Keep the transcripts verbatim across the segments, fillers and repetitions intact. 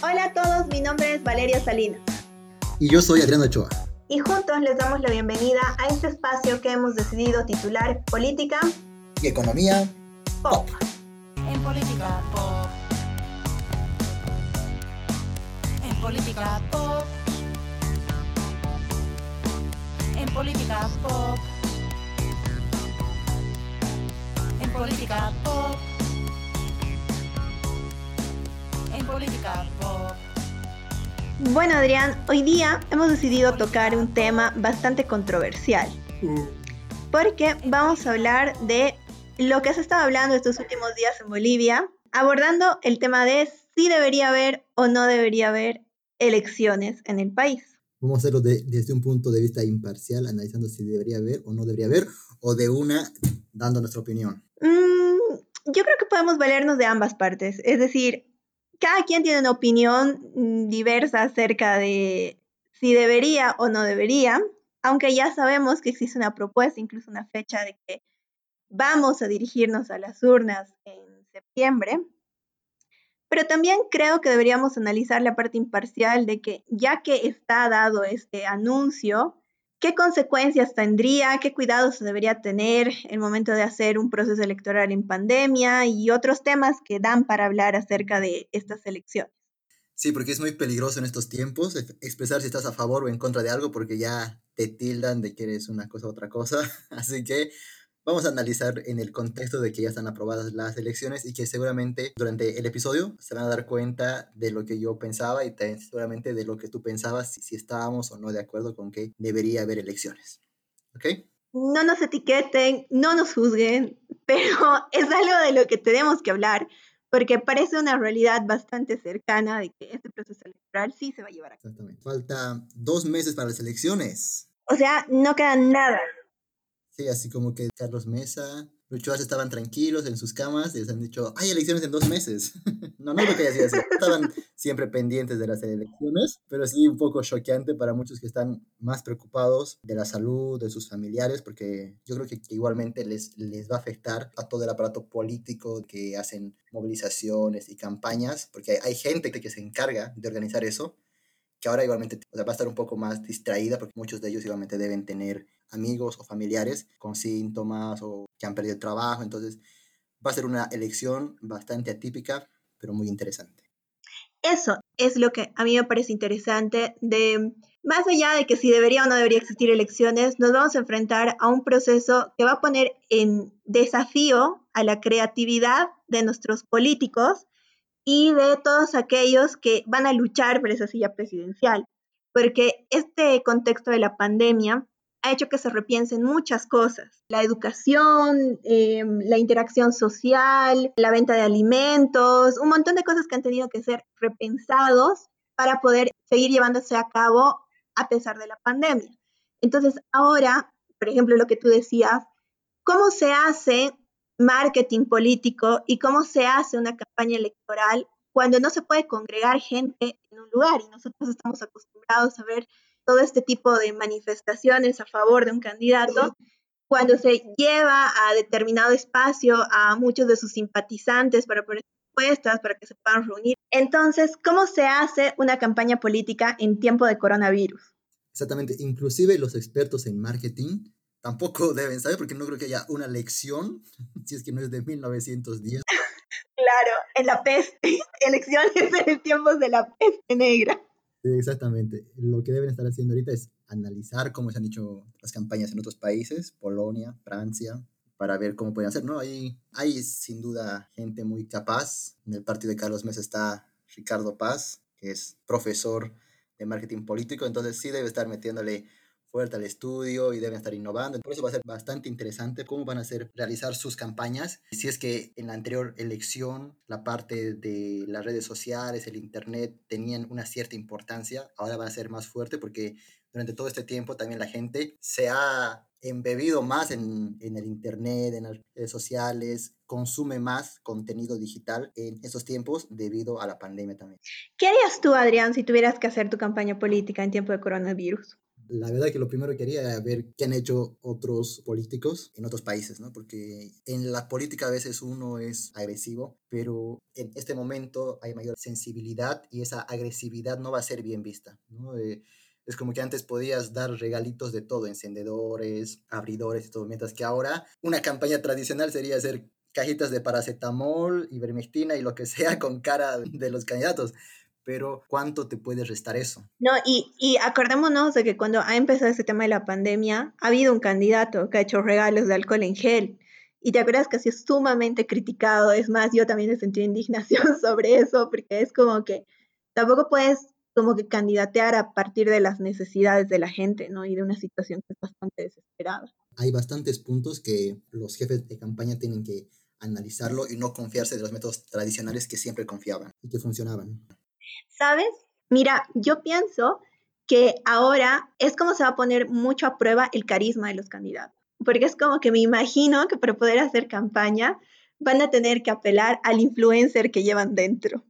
Hola a todos, mi nombre es Valeria Salinas. Y yo soy Adriano Ochoa. Y juntos les damos la bienvenida a este espacio que hemos decidido titular Política y Economía Pop. En Política Pop. En Política Pop. En Política Pop. En Política Pop. En Política Pop. Bueno, Adrián, hoy día hemos decidido tocar un tema bastante controversial. Porque vamos a hablar de lo que se estaba hablando estos últimos días en Bolivia, abordando el tema de si debería haber o no debería haber elecciones en el país. Vamos a hacerlo de, desde un punto de vista imparcial, analizando si debería haber o no debería haber, o de una, dando nuestra opinión. Mm, yo creo que podemos valernos de ambas partes, es decir, cada quien tiene una opinión mm, diversa acerca de si debería o no debería, aunque ya sabemos que existe una propuesta, incluso una fecha de que vamos a dirigirnos a las urnas en septiembre, pero también creo que deberíamos analizar la parte imparcial de que ya que está dado este anuncio, ¿qué consecuencias tendría? ¿Qué cuidados se debería tener en el momento de hacer un proceso electoral en pandemia? Y otros temas que dan para hablar acerca de estas elecciones. Sí, porque es muy peligroso en estos tiempos expresar si estás a favor o en contra de algo, porque ya te tildan de que eres una cosa u otra cosa. Así que vamos a analizar en el contexto de que ya están aprobadas las elecciones y que seguramente durante el episodio se van a dar cuenta de lo que yo pensaba y también seguramente de lo que tú pensabas, si, si estábamos o no de acuerdo con que debería haber elecciones. ¿Ok? No nos etiqueten, no nos juzguen, pero es algo de lo que tenemos que hablar, porque parece una realidad bastante cercana de que este proceso electoral sí se va a llevar a cabo. Exactamente. Falta dos meses para las elecciones. O sea, no queda nada. Sí, así como que Carlos Mesa, Lucho Arce estaban tranquilos en sus camas y les han dicho, hay elecciones en dos meses. No, no es lo que haya sido así. Estaban siempre pendientes de las elecciones, pero sí un poco choqueante para muchos que están más preocupados de la salud de sus familiares, porque yo creo que, que igualmente les, les va a afectar a todo el aparato político que hacen movilizaciones y campañas, porque hay, hay gente que se encarga de organizar eso, que ahora igualmente o sea, va a estar un poco más distraída porque muchos de ellos igualmente deben tener amigos o familiares con síntomas o que han perdido el trabajo, entonces va a ser una elección bastante atípica, pero muy interesante. Eso es lo que a mí me parece interesante de, más allá de que si debería o no debería existir elecciones, nos vamos a enfrentar a un proceso que va a poner en desafío a la creatividad de nuestros políticos y de todos aquellos que van a luchar por esa silla presidencial, porque este contexto de la pandemia ha hecho que se repiensen muchas cosas. La educación, eh, la interacción social, la venta de alimentos, un montón de cosas que han tenido que ser repensados para poder seguir llevándose a cabo a pesar de la pandemia. Entonces, ahora, por ejemplo, lo que tú decías, ¿cómo se hace marketing político y cómo se hace una campaña electoral cuando no se puede congregar gente en un lugar? Y nosotros estamos acostumbrados a ver todo este tipo de manifestaciones a favor de un candidato, cuando se lleva a determinado espacio a muchos de sus simpatizantes para poner encuestas, para que se puedan reunir. Entonces, ¿cómo se hace una campaña política en tiempo de coronavirus? Exactamente, inclusive los expertos en marketing tampoco deben saber, porque no creo que haya una lección, si es que no es de mil novecientos diez. Claro, en la peste, elecciones en tiempos de la peste negra. Sí, exactamente. Lo que deben estar haciendo ahorita es analizar cómo se han hecho las campañas en otros países, Polonia, Francia, para ver cómo pueden hacer, ¿no? Hay, hay sin duda gente muy capaz. En el partido de Carlos Mesa está Ricardo Paz, que es profesor de marketing político, entonces sí debe estar metiéndole fuerte al estudio y deben estar innovando. Por eso va a ser bastante interesante cómo van a hacer realizar sus campañas. Y si es que en la anterior elección la parte de las redes sociales, el internet tenían una cierta importancia, ahora va a ser más fuerte porque durante todo este tiempo también la gente se ha embebido más en, en el internet, en las redes sociales, consume más contenido digital en estos tiempos debido a la pandemia también. ¿Qué harías tú, Adrián, si tuvieras que hacer tu campaña política en tiempo de coronavirus? La verdad que lo primero que quería era ver qué han hecho otros políticos en otros países, ¿no? Porque en la política a veces uno es agresivo, pero en este momento hay mayor sensibilidad y esa agresividad no va a ser bien vista, ¿no? Eh, es como que antes podías dar regalitos de todo, encendedores, abridores y todo, mientras que ahora una campaña tradicional sería hacer cajitas de paracetamol, ivermectina y lo que sea con cara de los candidatos. Pero ¿cuánto te puede restar eso? No, y, y acordémonos de que cuando ha empezado este tema de la pandemia, ha habido un candidato que ha hecho regalos de alcohol en gel. Y te acuerdas que ha sido sumamente criticado. Es más, yo también he sentido indignación sobre eso, porque es como que tampoco puedes como que candidatear a partir de las necesidades de la gente, ¿no? Y de una situación que es bastante desesperada. Hay bastantes puntos que los jefes de campaña tienen que analizarlo y no confiarse de los métodos tradicionales que siempre confiaban y que funcionaban. ¿Sabes? Mira, yo pienso que ahora es como se va a poner mucho a prueba el carisma de los candidatos, porque es como que me imagino que para poder hacer campaña van a tener que apelar al influencer que llevan dentro,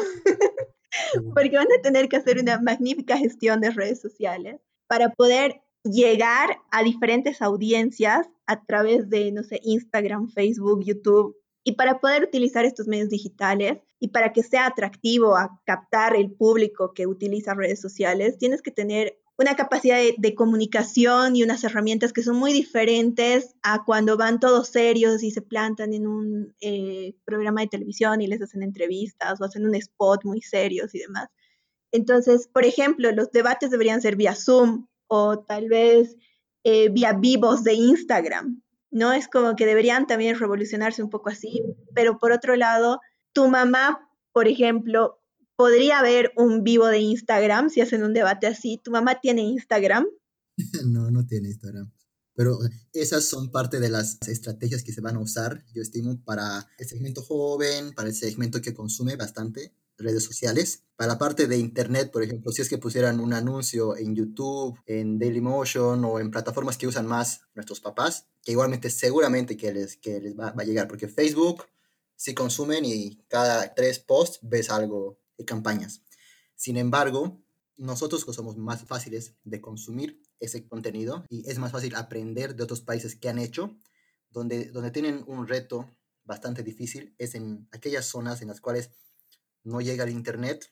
Sí. porque van a tener que hacer una magnífica gestión de redes sociales para poder llegar a diferentes audiencias a través de, no sé, Instagram, Facebook, YouTube, y para poder utilizar estos medios digitales y para que sea atractivo a captar el público que utiliza redes sociales, tienes que tener una capacidad de, de comunicación y unas herramientas que son muy diferentes a cuando van todos serios y se plantan en un eh, programa de televisión y les hacen entrevistas o hacen un spot muy serios y demás. Entonces, por ejemplo, los debates deberían ser vía Zoom o tal vez eh, vía vivos de Instagram, ¿no? Es como que deberían también revolucionarse un poco así, pero por otro lado, tu mamá, por ejemplo, podría haber un vivo de Instagram si hacen un debate así. ¿Tu mamá tiene Instagram? No, no tiene Instagram. Pero esas son parte de las estrategias que se van a usar, yo estimo, para el segmento joven, para el segmento que consume bastante redes sociales. Para la parte de internet, por ejemplo, si es que pusieran un anuncio en YouTube, en Dailymotion o en plataformas que usan más nuestros papás, que igualmente seguramente que les, que les va, va a llegar, porque Facebook sí consumen y cada tres posts ves algo de campañas. Sin embargo, nosotros que somos más fáciles de consumir ese contenido y es más fácil aprender de otros países que han hecho, donde, donde tienen un reto bastante difícil, es en aquellas zonas en las cuales no llega el internet,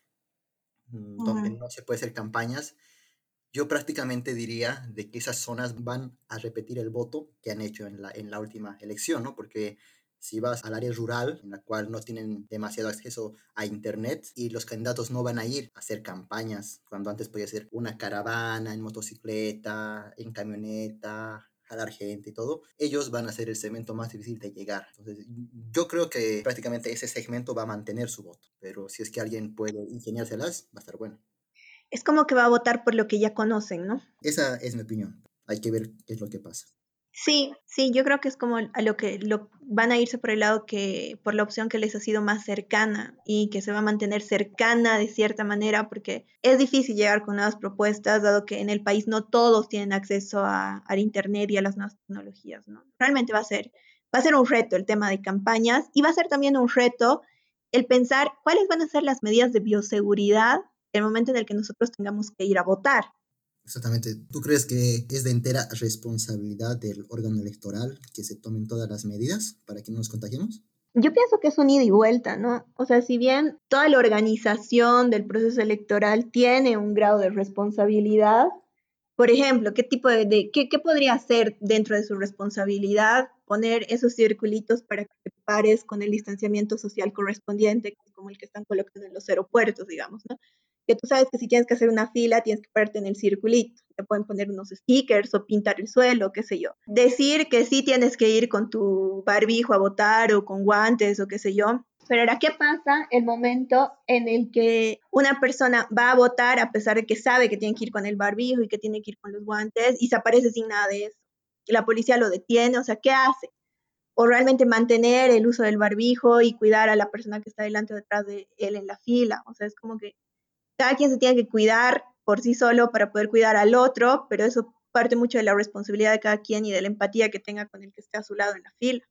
mm, donde Ujú. no se puede hacer campañas. Yo prácticamente diría de que esas zonas van a repetir el voto que han hecho en la, en la última elección, ¿no? Porque si vas al área rural, en la cual no tienen demasiado acceso a internet y los candidatos no van a ir a hacer campañas, cuando antes podía ser una caravana en motocicleta, en camioneta, jalar gente y todo, ellos van a ser el segmento más difícil de llegar. Entonces, yo creo que prácticamente ese segmento va a mantener su voto, pero si es que alguien puede ingeniárselas, va a estar bueno. Es como que va a votar por lo que ya conocen, ¿no? Esa es mi opinión. Hay que ver qué es lo que pasa. Sí, sí, yo creo que es como a lo que lo, van a irse por el lado que, por la opción que les ha sido más cercana y que se va a mantener cercana de cierta manera, porque es difícil llegar con nuevas propuestas, dado que en el país no todos tienen acceso a, al internet y a las nuevas tecnologías, ¿no? Realmente va a ser, va a ser un reto el tema de campañas y va a ser también un reto el pensar cuáles van a ser las medidas de bioseguridad en el momento en el que nosotros tengamos que ir a votar. Exactamente. ¿Tú crees que es de entera responsabilidad del órgano electoral que se tomen todas las medidas para que no nos contagiemos? Yo pienso que es un ida y vuelta, ¿no? O sea, si bien toda la organización del proceso electoral tiene un grado de responsabilidad, por ejemplo, ¿qué tipo de, de qué, qué podría hacer dentro de su responsabilidad? Poner esos circulitos para que te pares con el distanciamiento social correspondiente, que es como el que están colocando en los aeropuertos, digamos, ¿no? Que tú sabes que si tienes que hacer una fila, tienes que pararte en el circulito. Te pueden poner unos stickers o pintar el suelo, qué sé yo. Decir que sí tienes que ir con tu barbijo a votar o con guantes o qué sé yo. Pero ahora, ¿qué pasa el momento en el que una persona va a votar a pesar de que sabe que tiene que ir con el barbijo y que tiene que ir con los guantes y se aparece sin nada de eso? Y la policía lo detiene, o sea, ¿qué hace? O realmente mantener el uso del barbijo y cuidar a la persona que está delante o detrás de él en la fila. O sea, es como que cada quien se tiene que cuidar por sí solo para poder cuidar al otro, pero eso parte mucho de la responsabilidad de cada quien y de la empatía que tenga con el que esté a su lado en la fila.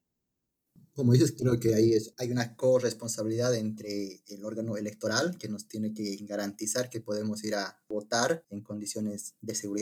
Como dices, creo que ahí es, hay una corresponsabilidad entre el órgano electoral que nos tiene que garantizar que podemos ir a votar en condiciones de seguridad,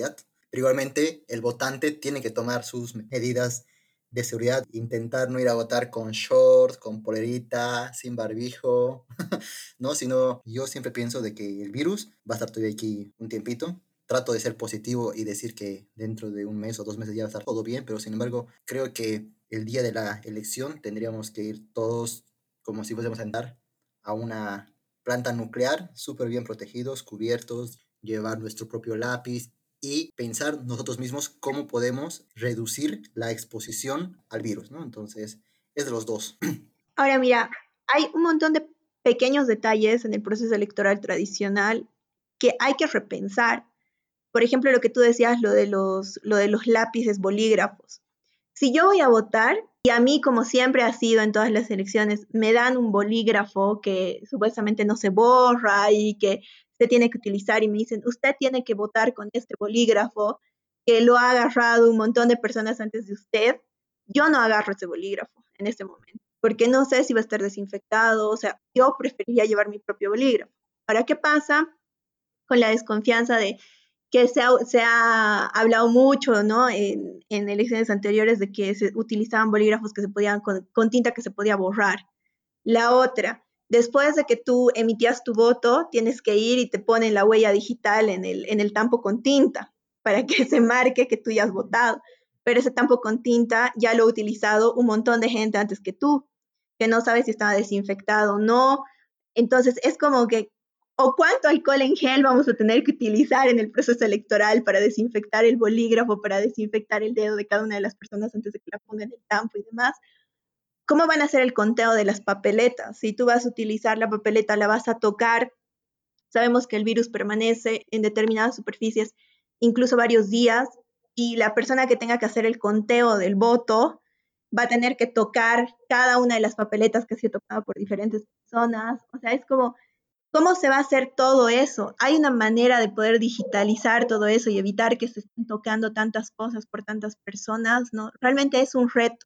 Pero igualmente el votante tiene que tomar sus medidas de seguridad, intentar no ir a votar con short, con polerita, sin barbijo, ¿no? Sino yo siempre pienso de que el virus va a estar todavía aquí un tiempito. Trato de ser positivo y decir que dentro de un mes o dos meses ya va a estar todo bien, pero sin embargo creo que el día de la elección tendríamos que ir todos como si fuésemos a entrar a una planta nuclear, súper bien protegidos, cubiertos, llevar nuestro propio lápiz y pensar nosotros mismos cómo podemos reducir la exposición al virus, ¿no? Entonces, es de los dos. Ahora mira, hay un montón de pequeños detalles en el proceso electoral tradicional que hay que repensar. Por ejemplo, lo que tú decías, lo de los, lo de los lápices bolígrafos. Si yo voy a votar y a mí, como siempre ha sido en todas las elecciones, me dan un bolígrafo que supuestamente no se borra y que se tiene que utilizar y me dicen, usted tiene que votar con este bolígrafo que lo ha agarrado un montón de personas antes de usted, yo no agarro ese bolígrafo en este momento, porque no sé si va a estar desinfectado, o sea, yo preferiría llevar mi propio bolígrafo. Ahora, ¿qué pasa con la desconfianza de que se ha, se ha hablado mucho, ¿no? En, en, elecciones anteriores de que se utilizaban bolígrafos que se podían, con, con tinta que se podía borrar. La otra, después de que tú emitías tu voto, tienes que ir y te ponen la huella digital en el, en el tampo con tinta para que se marque que tú ya has votado. Pero ese tampo con tinta ya lo ha utilizado un montón de gente antes que tú, que no sabe si estaba desinfectado o no. Entonces, es como que o cuánto alcohol en gel vamos a tener que utilizar en el proceso electoral para desinfectar el bolígrafo, para desinfectar el dedo de cada una de las personas antes de que la pongan en el tampo y demás. ¿Cómo van a hacer el conteo de las papeletas? Si tú vas a utilizar la papeleta, la vas a tocar, sabemos que el virus permanece en determinadas superficies incluso varios días y la persona que tenga que hacer el conteo del voto va a tener que tocar cada una de las papeletas que ha sido tocada por diferentes personas. O sea, es como, ¿cómo se va a hacer todo eso? ¿Hay una manera de poder digitalizar todo eso y evitar que se estén tocando tantas cosas por tantas personas? ¿No? Realmente es un reto.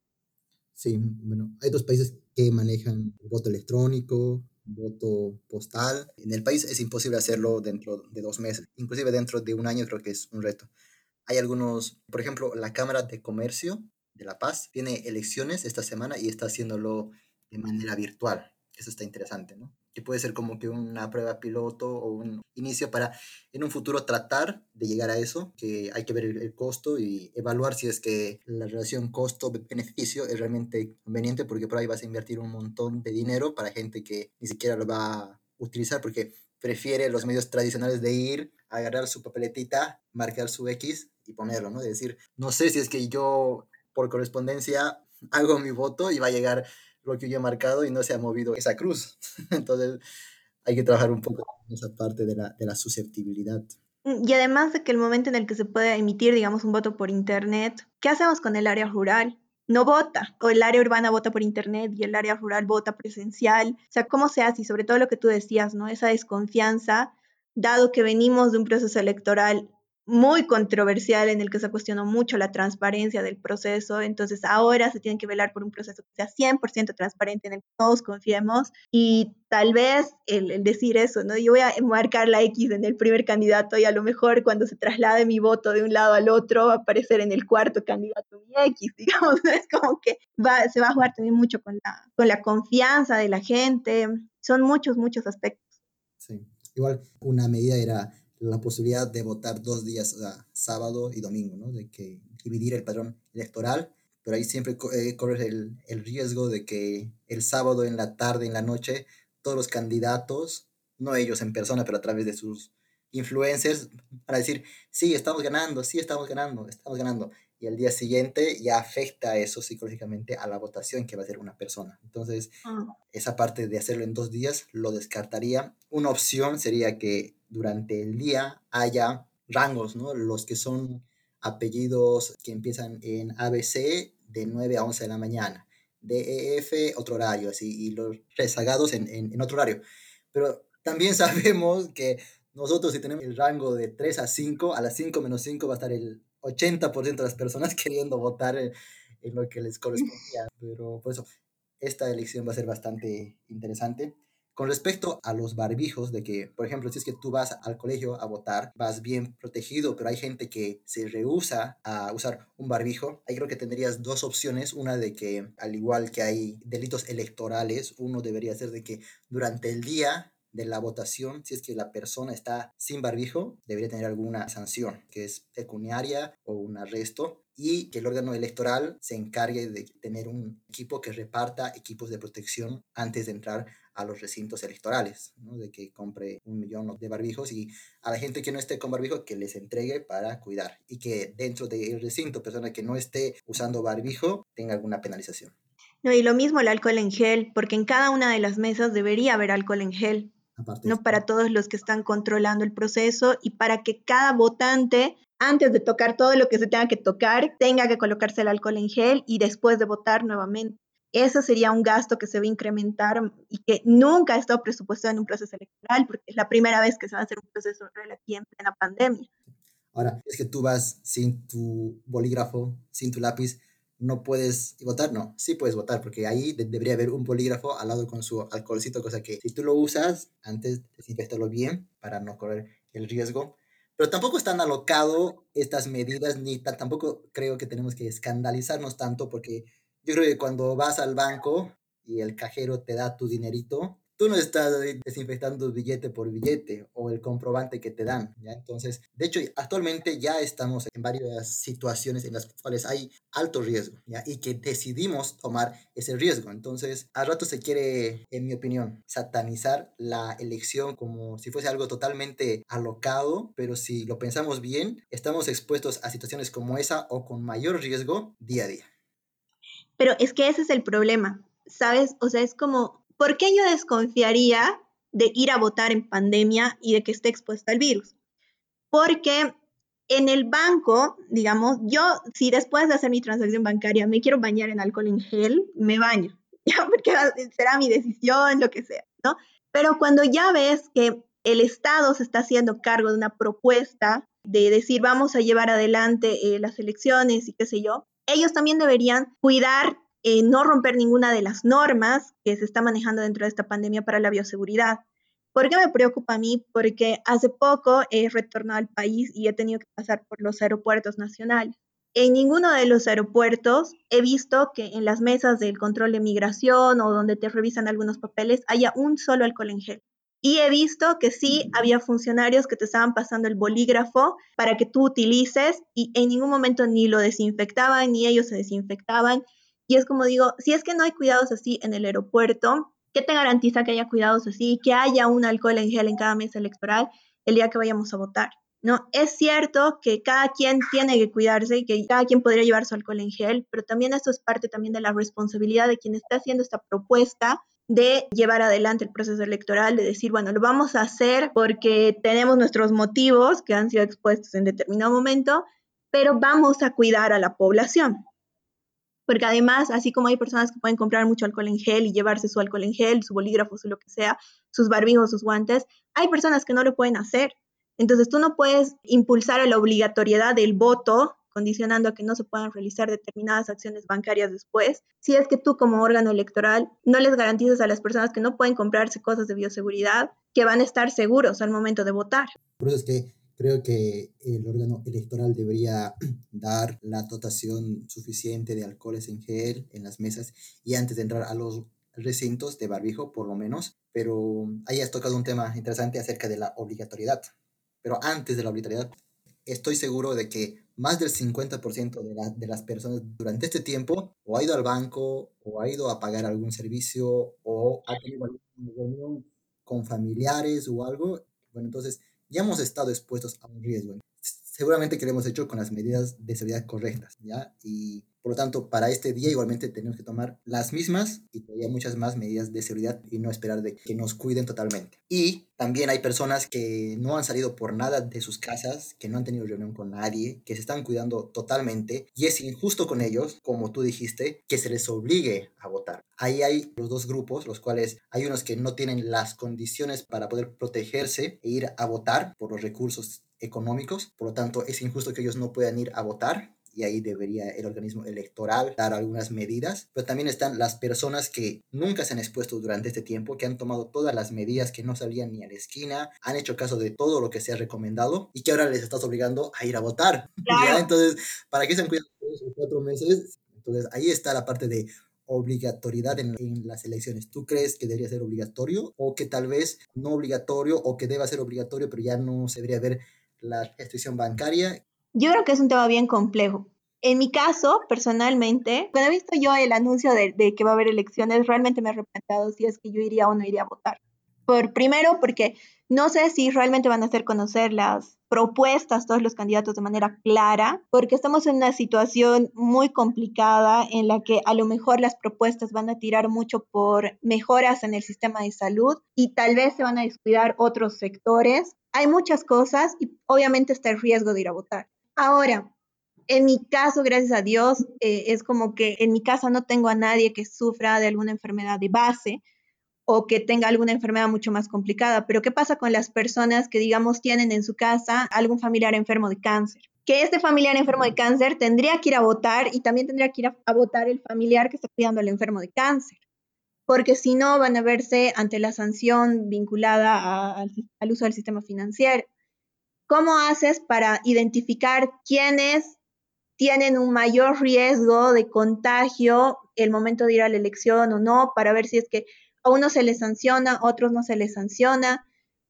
Sí, bueno, hay otros países que manejan el voto electrónico, voto postal. En el país es imposible hacerlo dentro de dos meses, inclusive dentro de un año creo que es un reto. Hay algunos, por ejemplo, la Cámara de Comercio de La Paz tiene elecciones esta semana y está haciéndolo de manera virtual. Eso está interesante, ¿no? Que puede ser como que una prueba piloto o un inicio para en un futuro tratar de llegar a eso, que hay que ver el, el costo y evaluar si es que la relación costo-beneficio es realmente conveniente, porque por ahí vas a invertir un montón de dinero para gente que ni siquiera lo va a utilizar porque prefiere los medios tradicionales de ir, agarrar su papeletita, marcar su X y ponerlo, ¿no? Es decir, no sé si es que yo por correspondencia hago mi voto y va a llegar lo que yo he marcado y no se ha movido esa cruz. Entonces hay que trabajar un poco en esa parte de la, de la susceptibilidad. Y además de que el momento en el que se puede emitir, digamos, un voto por internet, ¿qué hacemos con el área rural? No vota, o el área urbana vota por internet y el área rural vota presencial. O sea, ¿cómo se hace? Y sobre todo lo que tú decías, ¿no? Esa desconfianza, dado que venimos de un proceso electoral muy controversial en el que se cuestionó mucho la transparencia del proceso, entonces ahora se tiene que velar por un proceso que sea cien por ciento transparente en el que todos confiemos y tal vez el, el decir eso, ¿no? Yo voy a marcar la X en el primer candidato y a lo mejor cuando se traslade mi voto de un lado al otro va a aparecer en el cuarto candidato mi X, digamos, ¿no? Es como que va, se va a jugar también mucho con la, con la confianza de la gente, son muchos, muchos aspectos. Sí, igual una medida era la posibilidad de votar dos días, o sea, sábado y domingo, ¿no? De que dividir el padrón electoral, pero ahí siempre eh, corres el, el riesgo de que el sábado en la tarde, en la noche, todos los candidatos, no ellos en persona, pero a través de sus influencers, para decir, sí, estamos ganando, sí, estamos ganando, estamos ganando. Y al día siguiente ya afecta eso psicológicamente a la votación que va a hacer una persona. Entonces, Ah. esa parte de hacerlo en dos días lo descartaría. Una opción sería que durante el día haya rangos, ¿no? Los que son apellidos que empiezan en A B C de nueve a once de la mañana, D E F otro horario, así, y los rezagados en, en, en otro horario. Pero también sabemos que nosotros si tenemos el rango de tres a cinco, a las cinco menos cinco va a estar el ochenta por ciento de las personas queriendo votar en, en lo que les correspondía. Pero por eso, esta elección va a ser bastante interesante. Con respecto a los barbijos, de que, por ejemplo, si es que tú vas al colegio a votar, vas bien protegido, pero hay gente que se rehúsa a usar un barbijo, ahí creo que tendrías dos opciones. Una de que, al igual que hay delitos electorales, uno debería ser de que durante el día de la votación, si es que la persona está sin barbijo, debería tener alguna sanción, que es pecuniaria o un arresto, y que el órgano electoral se encargue de tener un equipo que reparta equipos de protección antes de entrar a los recintos electorales, ¿no? De que compre un millón de barbijos y a la gente que no esté con barbijo que les entregue para cuidar, y que dentro del recinto, persona que no esté usando barbijo tenga alguna penalización. No, y lo mismo el alcohol en gel, porque en cada una de las mesas debería haber alcohol en gel, Aparte de ¿no? eso, Para todos los que están controlando el proceso y para que cada votante, antes de tocar todo lo que se tenga que tocar, tenga que colocarse el alcohol en gel y después de votar nuevamente. Eso sería un gasto que se va a incrementar y que nunca ha estado presupuestado en un proceso electoral, porque es la primera vez que se va a hacer un proceso real aquí en plena pandemia. ahora, es que tú vas sin tu bolígrafo, sin tu lápiz, no puedes votar. No, sí puedes votar, porque ahí de- debería haber un bolígrafo al lado con su alcoholcito, cosa que si tú lo usas, antes desinfectarlo bien para no correr el riesgo. Pero tampoco están alocado estas medidas, ni ta- tampoco creo que tenemos que escandalizarnos tanto, porque yo creo que cuando vas al banco y el cajero te da tu dinerito, tú no estás ahí desinfectando billete por billete o el comprobante que te dan, ¿ya? Entonces, de hecho, actualmente ya estamos en varias situaciones en las cuales hay alto riesgo, ¿ya? Y que decidimos tomar ese riesgo. Entonces, al rato se quiere, en mi opinión, satanizar la elección como si fuese algo totalmente alocado, pero si lo pensamos bien, estamos expuestos a situaciones como esa o con mayor riesgo día a día. Pero es que ese es el problema, ¿sabes? O sea, es como, ¿por qué yo desconfiaría de ir a votar en pandemia y de que esté expuesta al virus? Porque en el banco, digamos, yo si después de hacer mi transacción bancaria me quiero bañar en alcohol en gel, me baño, ya, porque será mi decisión, lo que sea, ¿no? Pero cuando ya ves que el Estado se está haciendo cargo de una propuesta de decir vamos a llevar adelante eh, las elecciones y qué sé yo, ellos también deberían cuidar, eh, no romper ninguna de las normas que se está manejando dentro de esta pandemia para la bioseguridad. ¿Por qué me preocupa a mí? Porque hace poco he retornado al país y he tenido que pasar por los aeropuertos nacionales. En ninguno de los aeropuertos he visto que en las mesas del control de migración o donde te revisan algunos papeles haya un solo alcohol en gel. Y he visto que sí había funcionarios que te estaban pasando el bolígrafo para que tú utilices y en ningún momento ni lo desinfectaban ni ellos se desinfectaban. Y es como digo, si es que no hay cuidados así en el aeropuerto, ¿qué te garantiza que haya cuidados así, que haya un alcohol en gel en cada mesa electoral el día que vayamos a votar? No, es cierto que cada quien tiene que cuidarse y que cada quien podría llevar su alcohol en gel, pero también esto es parte también de la responsabilidad de quien está haciendo esta propuesta de llevar adelante el proceso electoral, de decir, bueno, lo vamos a hacer porque tenemos nuestros motivos que han sido expuestos en determinado momento, pero vamos a cuidar a la población. Porque además, así como hay personas que pueden comprar mucho alcohol en gel y llevarse su alcohol en gel, su bolígrafo, su lo que sea, sus barbijos, sus guantes, hay personas que no lo pueden hacer. Entonces tú no puedes impulsar a la obligatoriedad del voto, condicionando a que no se puedan realizar determinadas acciones bancarias después, si es que tú como órgano electoral no les garantizas a las personas que no pueden comprarse cosas de bioseguridad que van a estar seguros al momento de votar. Por eso es que creo que el órgano electoral debería dar la dotación suficiente de alcoholes en gel en las mesas y antes de entrar a los recintos de barbijo, por lo menos. Pero ahí has tocado un tema interesante acerca de la obligatoriedad. Pero antes de la obligatoriedad, estoy seguro de que más del cincuenta por ciento de, la, de las personas durante este tiempo o ha ido al banco o ha ido a pagar algún servicio o ha tenido alguna reunión con familiares o algo. Bueno, entonces ya hemos estado expuestos a un riesgo. Seguramente que lo hemos hecho con las medidas de seguridad correctas, ¿ya? Y por lo tanto, para este día igualmente tenemos que tomar las mismas y todavía muchas más medidas de seguridad y no esperar de que nos cuiden totalmente. Y también hay personas que no han salido por nada de sus casas, que no han tenido reunión con nadie, que se están cuidando totalmente y es injusto con ellos, como tú dijiste, que se les obligue a votar. Ahí hay los dos grupos, los cuales hay unos que no tienen las condiciones para poder protegerse e ir a votar por los recursos económicos, por lo tanto es injusto que ellos no puedan ir a votar, y ahí debería el organismo electoral dar algunas medidas, pero también están las personas que nunca se han expuesto durante este tiempo, que han tomado todas las medidas, que no salían ni a la esquina, han hecho caso de todo lo que se ha recomendado y que ahora les estás obligando a ir a votar. Claro. ¿Ya? Entonces, ¿para qué se han cuidado tres o cuatro meses? Entonces, ahí está la parte de obligatoriedad en, en las elecciones. ¿Tú crees que debería ser obligatorio o que tal vez no obligatorio o que deba ser obligatorio, pero ya no se debería ver la restricción bancaria? Yo creo que es un tema bien complejo. En mi caso, personalmente, cuando he visto yo el anuncio de, de que va a haber elecciones, realmente me he replanteado si es que yo iría o no iría a votar. Por, primero, porque no sé si realmente van a hacer conocer las propuestas todos los candidatos de manera clara, porque estamos en una situación muy complicada en la que a lo mejor las propuestas van a tirar mucho por mejoras en el sistema de salud y tal vez se van a descuidar otros sectores. Hay muchas cosas y obviamente está el riesgo de ir a votar. Ahora, en mi caso, gracias a Dios, eh, es como que en mi casa no tengo a nadie que sufra de alguna enfermedad de base o que tenga alguna enfermedad mucho más complicada. Pero ¿qué pasa con las personas que, digamos, tienen en su casa algún familiar enfermo de cáncer? Que este familiar enfermo de cáncer tendría que ir a votar y también tendría que ir a, a votar el familiar que está cuidando al enfermo de cáncer, porque si no van a verse ante la sanción vinculada a, al, al uso del sistema financiero. ¿Cómo haces para identificar quiénes tienen un mayor riesgo de contagio el momento de ir a la elección o no, para ver si es que a unos se les sanciona, a otros no se les sanciona?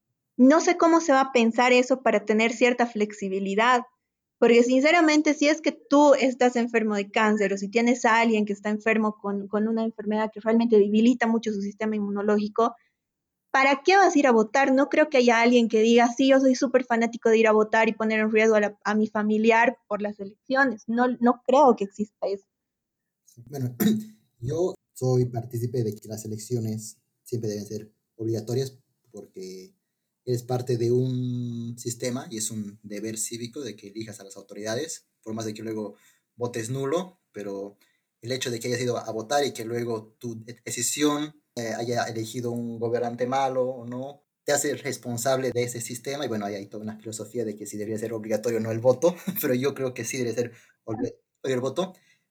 No sé cómo se va a pensar eso para tener cierta flexibilidad, porque sinceramente si es que tú estás enfermo de cáncer o si tienes a alguien que está enfermo con, con una enfermedad que realmente debilita mucho su sistema inmunológico, ¿para qué vas a ir a votar? No creo que haya alguien que diga, sí, yo soy súper fanático de ir a votar y poner en riesgo a, la, a mi familiar por las elecciones. No, no creo que exista eso. Bueno, yo soy partícipe de que las elecciones siempre deben ser obligatorias porque eres parte de un sistema y es un deber cívico de que elijas a las autoridades, por más de que luego votes nulo, pero el hecho de que hayas ido a votar y que luego tu decisión eh, haya elegido un gobernante malo o no, te hace responsable de ese sistema. Y bueno, ahí hay toda una filosofía de que sí debería ser obligatorio o no el voto, pero yo creo que sí debería ser obligatorio el voto,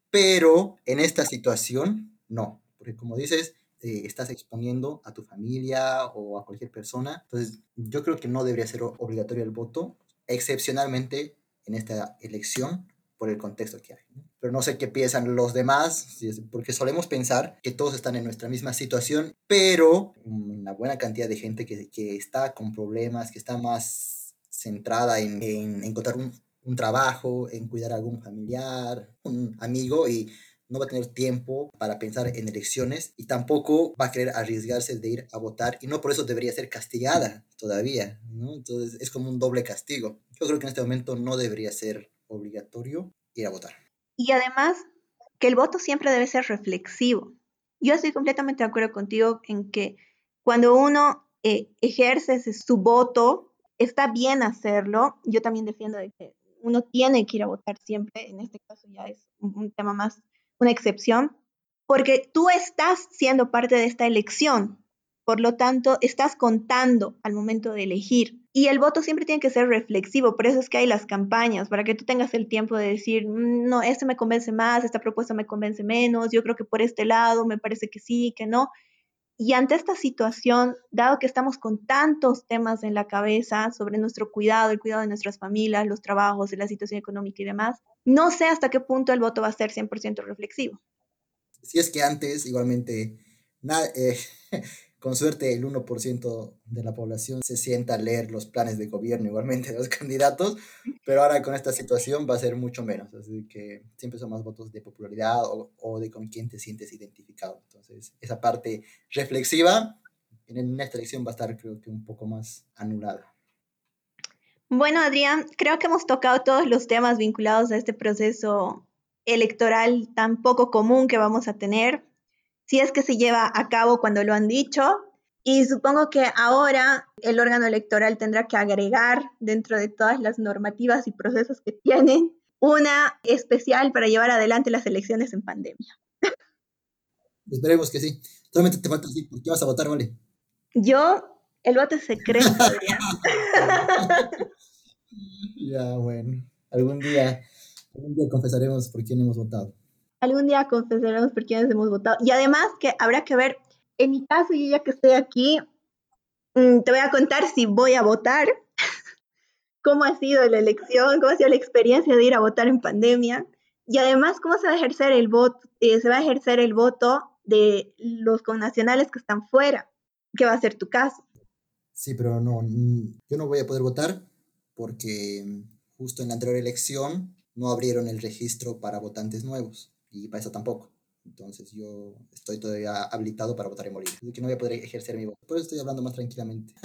pero en esta situación no, porque como dices, eh, estás exponiendo a tu familia o a cualquier persona, entonces yo creo que no debería ser obligatorio el voto, excepcionalmente en esta elección por el contexto que hay, ¿no? Pero no sé qué piensan los demás, porque solemos pensar que todos están en nuestra misma situación, pero una buena cantidad de gente que, que está con problemas, que está más centrada en, en encontrar un, un trabajo, en cuidar a algún familiar, un amigo, y no va a tener tiempo para pensar en elecciones y tampoco va a querer arriesgarse de ir a votar y no por eso debería ser castigada todavía, ¿no? Entonces es como un doble castigo. Yo creo que en este momento no debería ser obligatorio ir a votar. Y además, que el voto siempre debe ser reflexivo. Yo estoy completamente de acuerdo contigo en que cuando uno eh, ejerce ese, su voto, está bien hacerlo. Yo también defiendo de que uno tiene que ir a votar siempre. En este caso ya es un, un tema más, una excepción, porque tú estás siendo parte de esta elección. Por lo tanto, estás contando al momento de elegir. Y el voto siempre tiene que ser reflexivo, por eso es que hay las campañas, para que tú tengas el tiempo de decir, "Mm, no, este me convence más, esta propuesta me convence menos, yo creo que por este lado me parece que sí, que no". Y ante esta situación, dado que estamos con tantos temas en la cabeza sobre nuestro cuidado, el cuidado de nuestras familias, los trabajos, la situación económica y demás, no sé hasta qué punto el voto va a ser cien por ciento reflexivo. Si es que antes, igualmente, na- eh, con suerte el uno por ciento de la población se sienta a leer los planes de gobierno igualmente de los candidatos, pero ahora con esta situación va a ser mucho menos, así que siempre son más votos de popularidad o, o de con quién te sientes identificado. Entonces, esa parte reflexiva en esta elección va a estar, creo que, un poco más anulada. Bueno, Adrián, creo que hemos tocado todos los temas vinculados a este proceso electoral tan poco común que vamos a tener, si es que se lleva a cabo cuando lo han dicho. Y supongo que ahora el órgano electoral tendrá que agregar dentro de todas las normativas y procesos que tienen una especial para llevar adelante las elecciones en pandemia. Esperemos que sí. Solamente te falta decir por qué vas a votar, ¿vale? Yo, el voto es secreto, Adrián. Ya, bueno, algún día Un día confesaremos por quién hemos votado. Algún día confesaremos por quiénes hemos votado. Y además que habrá que ver, en mi caso, yo ya que estoy aquí, mm, te voy a contar si voy a votar, cómo ha sido la elección, cómo ha sido la experiencia de ir a votar en pandemia. Y además, cómo se va a ejercer el voto, eh, se va a ejercer el voto de los connacionales que están fuera, que va a ser tu caso. Sí, pero no, mm, yo no voy a poder votar porque mm, justo en la anterior elección no abrieron el registro para votantes nuevos y para eso tampoco. Entonces yo estoy todavía habilitado para votar en Bolivia. Así que no voy a poder ejercer mi voto. Por eso estoy hablando más tranquilamente.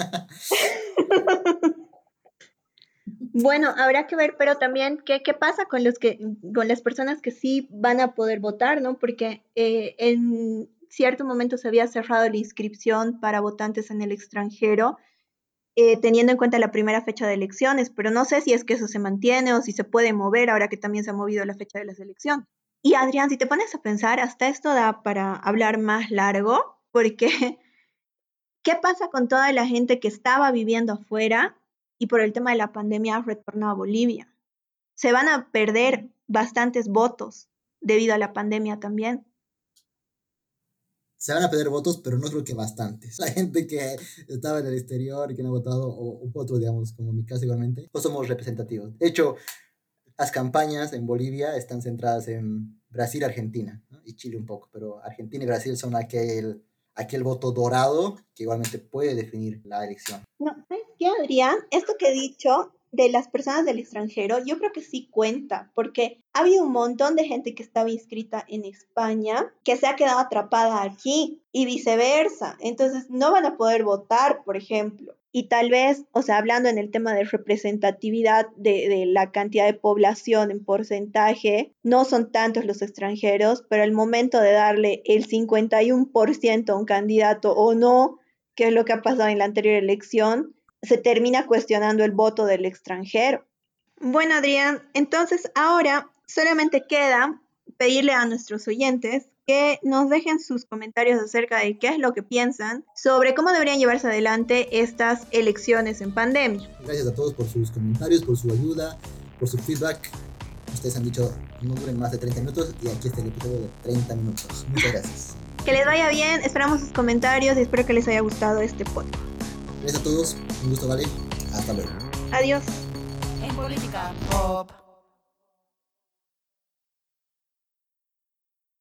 Bueno, habrá que ver, pero también qué, qué pasa con los que, con las personas que sí van a poder votar, ¿no? Porque eh, en cierto momento se había cerrado la inscripción para votantes en el extranjero, eh, teniendo en cuenta la primera fecha de elecciones, pero no sé si es que eso se mantiene o si se puede mover ahora que también se ha movido la fecha de las elecciones. Y Adrián, si te pones a pensar, hasta esto da para hablar más largo, porque ¿qué pasa con toda la gente que estaba viviendo afuera y por el tema de la pandemia ha retornado a Bolivia? Se van a perder bastantes votos debido a la pandemia también. Se van a perder votos, pero no creo que bastantes. La gente que estaba en el exterior y que no ha votado, o, o otros, digamos, como mi caso igualmente, no somos representativos. De hecho, las campañas en Bolivia están centradas en Brasil, Argentina, ¿no? Y Chile un poco, pero Argentina y Brasil son aquel, aquel voto dorado que igualmente puede definir la elección. No, ¿sabes qué, Adrián? Esto que he dicho de las personas del extranjero, yo creo que sí cuenta, porque ha habido un montón de gente que estaba inscrita en España que se ha quedado atrapada aquí y viceversa. Entonces no van a poder votar, por ejemplo. Y tal vez, o sea, hablando en el tema de representatividad de, de la cantidad de población en porcentaje, no son tantos los extranjeros, pero al momento de darle el cincuenta y uno por ciento a un candidato o no, que es lo que ha pasado en la anterior elección, se termina cuestionando el voto del extranjero. Bueno, Adrián, entonces ahora solamente queda pedirle a nuestros oyentes que nos dejen sus comentarios acerca de qué es lo que piensan sobre cómo deberían llevarse adelante estas elecciones en pandemia. Gracias a todos por sus comentarios, por su ayuda, por su feedback. Ustedes han dicho no duren más de treinta minutos y aquí está el episodio de treinta minutos. Muchas gracias. Que les vaya bien, esperamos sus comentarios y espero que les haya gustado este podcast. Gracias a todos, un gusto, vale. Hasta luego. Adiós. En política pop.